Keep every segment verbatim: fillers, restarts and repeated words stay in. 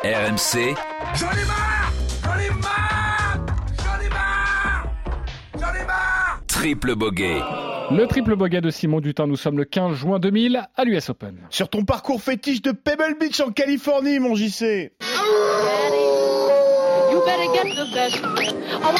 R M C. J'en ai marre! J'en ai marre! J'en ai marre! J'en ai marre! Triple bogey. Le triple bogey de Simon Dutin, nous sommes le quinze juin deux mille à l'U S Open. Sur ton parcours fétiche de Pebble Beach en Californie, mon J C. You better get the best. I want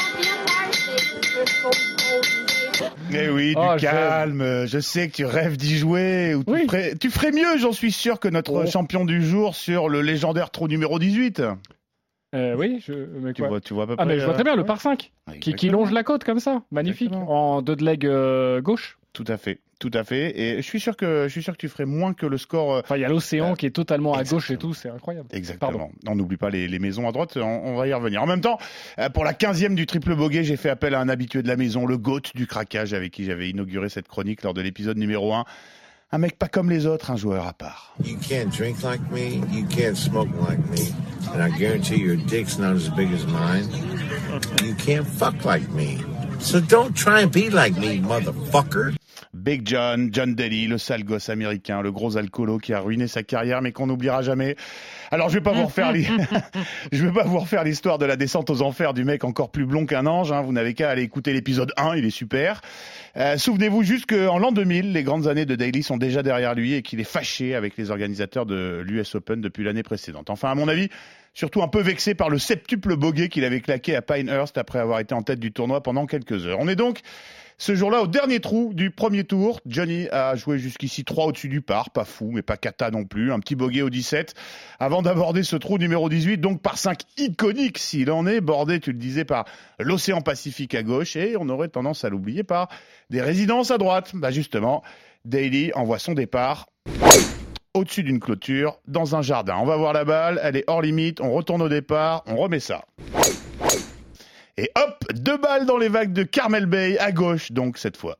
the Eh oui, du Oh, calme. Je sais que tu rêves d'y jouer. Ou tu, Oui. ferais, tu ferais mieux, j'en suis sûr, que notre Oh. champion du jour sur le légendaire trou numéro dix-huit. Euh, oui, je, mais Tu quoi vois, tu vois à peu Ah, près, mais je vois très bien le par cinq Ouais, qui, qui exactement. longe la côte comme ça. Magnifique. Exactement. En deux de leg euh, gauche. Tout à fait, tout à fait. Et je suis sûr que je suis sûr que tu ferais moins que le score. euh, Enfin, il y a l'océan Euh, qui est totalement à gauche et exactement. tout, c'est incroyable. Exactement. Pardon. On n'oublie pas les, les maisons à droite, on, on va y revenir. En même temps, euh, pour la quinzième du triple bogey, j'ai fait appel à un habitué de la maison, le GOAT du craquage, avec qui j'avais inauguré cette chronique lors de l'épisode numéro un. Un mec pas comme les autres, un joueur à part. You can't drink like me, you can't smoke like me, and I guarantee your dick's not as big as mine. You can't fuck like me. So don't try and be like me, motherfucker. Big John, John Daly, le sale gosse américain, le gros alcoolo qui a ruiné sa carrière mais qu'on n'oubliera jamais. Alors je vais pas vous refaire l'hi- je vais pas vous refaire l'histoire de la descente aux enfers du mec encore plus blond qu'un ange, hein. Vous n'avez qu'à aller écouter l'épisode un, il est super. Euh, souvenez-vous juste qu'en l'an deux mille, les grandes années de Daly sont déjà derrière lui et qu'il est fâché avec les organisateurs de l'U S Open depuis l'année précédente. Enfin, à mon avis, surtout un peu vexé par le septuple bogey qu'il avait claqué à Pinehurst après avoir été en tête du tournoi pendant quelques heures. On est donc ce jour-là, au dernier trou du premier tour, Johnny a joué jusqu'ici trois au-dessus du par, pas fou, mais pas cata non plus, un petit bogey au dix-sept, avant d'aborder ce trou numéro dix-huit, donc par cinq iconique s'il en est, bordé, tu le disais, par l'océan Pacifique à gauche, et on aurait tendance à l'oublier par des résidences à droite. Bah justement, Daly envoie son départ au-dessus d'une clôture, dans un jardin. On va voir la balle, elle est hors limite, on retourne au départ, on remet ça. Et hop, deux balles dans les vagues de Carmel Bay, à gauche donc cette fois.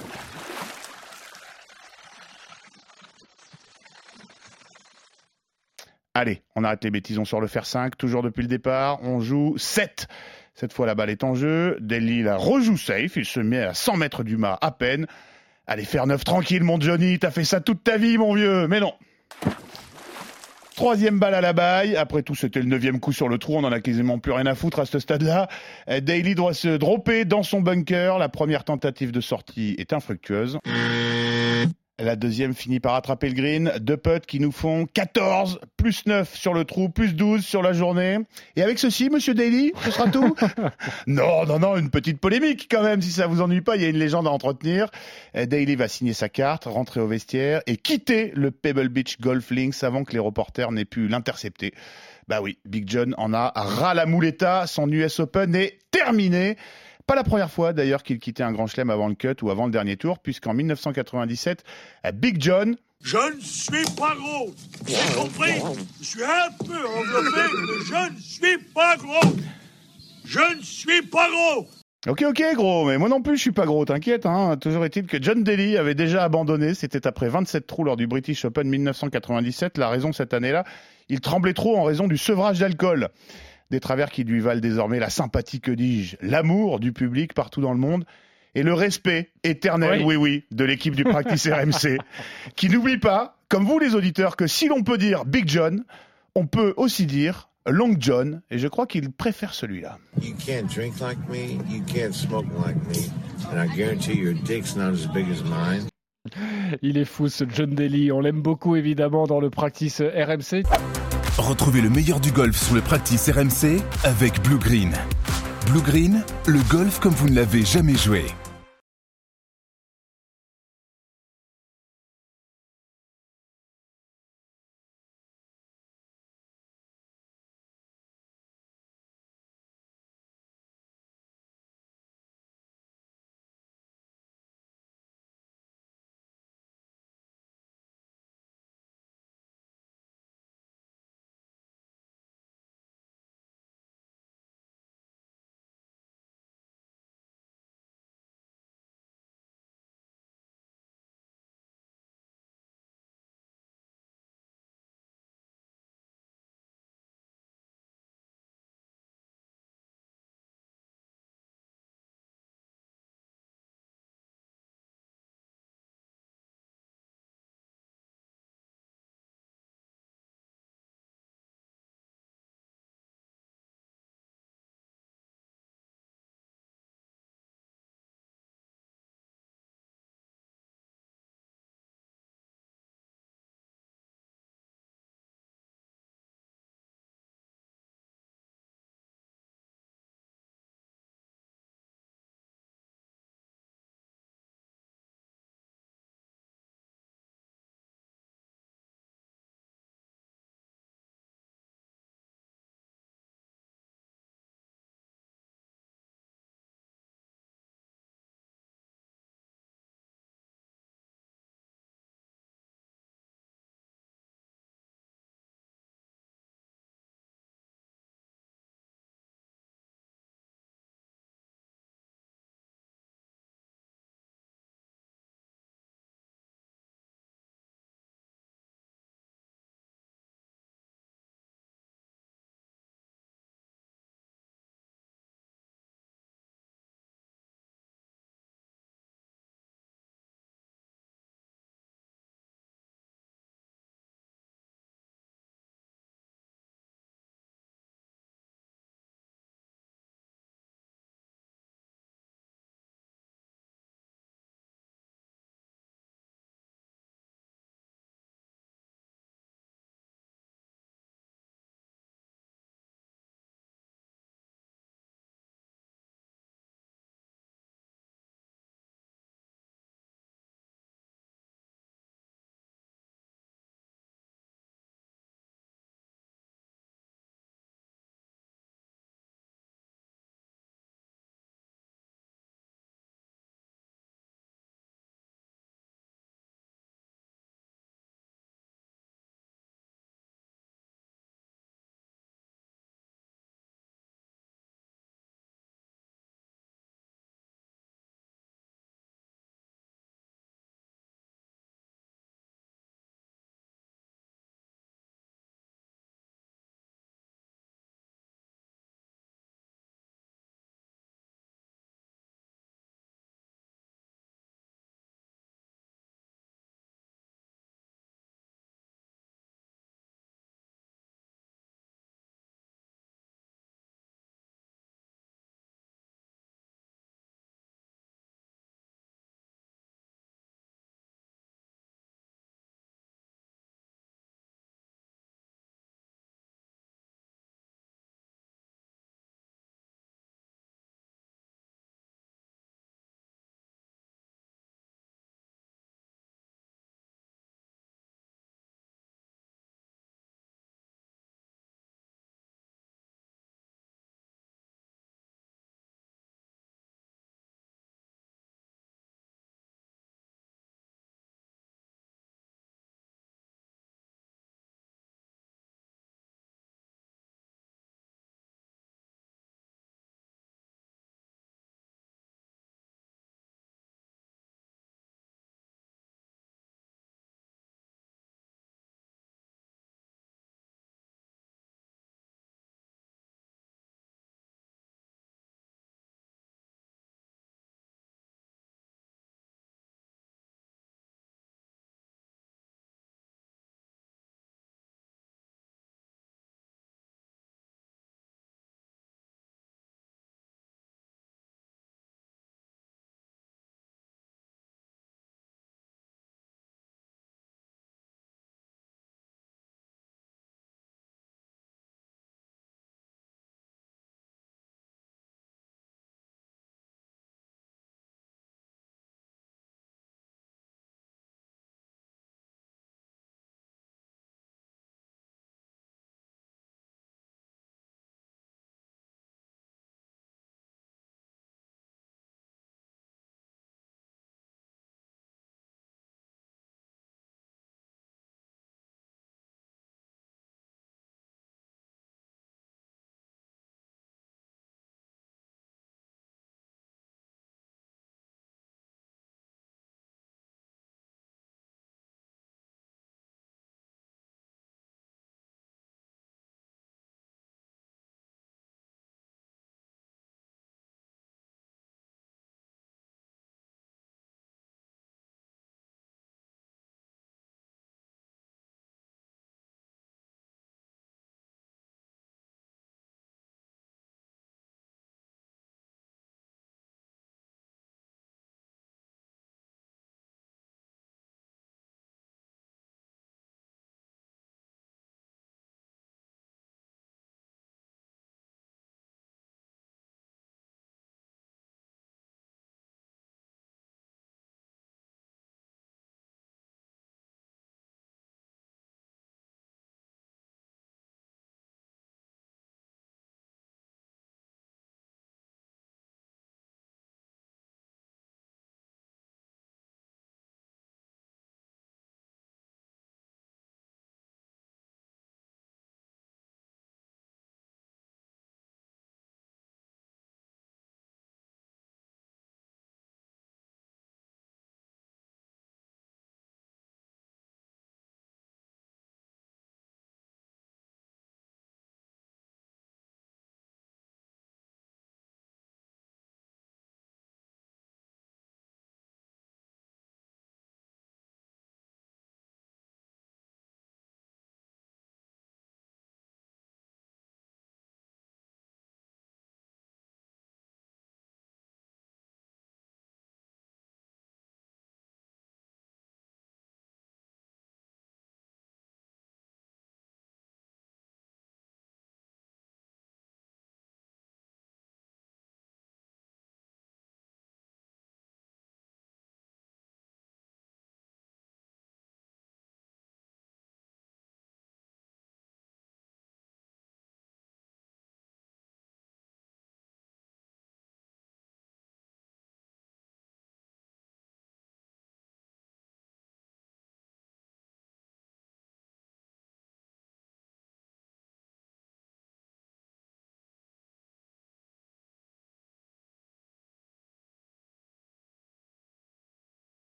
Allez, on arrête les bêtises, on sort le fer cinq, toujours depuis le départ, on joue sept. Cette fois la balle est en jeu, Daly la rejoue safe, il se met à cent mètres du mât à peine. Allez, faire neuf tranquille mon Johnny, t'as fait ça toute ta vie mon vieux, mais non. Troisième balle à la baille. Après tout, c'était le neuvième coup sur le trou. On en a quasiment plus rien à foutre à ce stade-là. Euh, Daly doit se dropper dans son bunker. La première tentative de sortie est infructueuse. La deuxième finit par attraper le green. Deux putts qui nous font quatorze, plus neuf sur le trou, plus douze sur la journée. Et avec ceci, monsieur Daly, ce sera tout? Non, non, non, une petite polémique quand même, si ça vous ennuie pas, il y a une légende à entretenir. Euh, Daly va signer sa carte, rentrer au vestiaire et quitter le Pebble Beach Golf Links avant que les reporters n'aient pu l'intercepter. Bah oui, Big John en a ras la mouletta, son U S Open est terminé. Pas la première fois d'ailleurs qu'il quittait un grand chelem avant le cut ou avant le dernier tour, puisqu'en mille neuf cent quatre-vingt-dix-sept, Big John, Je ne suis pas gros! J'ai compris! Je suis un peu enveloppé, mais je ne suis pas gros! Je ne suis pas gros! ok ok gros, mais moi non plus je suis pas gros, t'inquiète, hein. Toujours est-il que John Daly avait déjà abandonné, c'était après vingt-sept trous lors du British Open mille neuf cent quatre-vingt-dix-sept, la raison cette année-là, il tremblait trop en raison du sevrage d'alcool. Des travers qui lui valent désormais la sympathie, que dis-je, l'amour du public partout dans le monde et le respect éternel, oui, Oui. oui, de l'équipe du Practice R M C, qui n'oublie pas, comme vous les auditeurs, que si l'on peut dire Big John, on peut aussi dire Long John, et je crois qu'il préfère celui-là. You can't drink like me, you can't smoke like me, and I guarantee your dick's not as big as mine. Il est fou ce John Daly, on l'aime beaucoup évidemment dans le practice R M C. Retrouvez le meilleur du golf sur le practice R M C avec Blue Green. Blue Green, le golf comme vous ne l'avez jamais joué.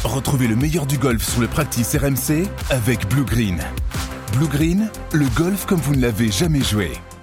Retrouvez le meilleur du golf sur le practice R M C avec Blue Green. Blue Green, le golf comme vous ne l'avez jamais joué.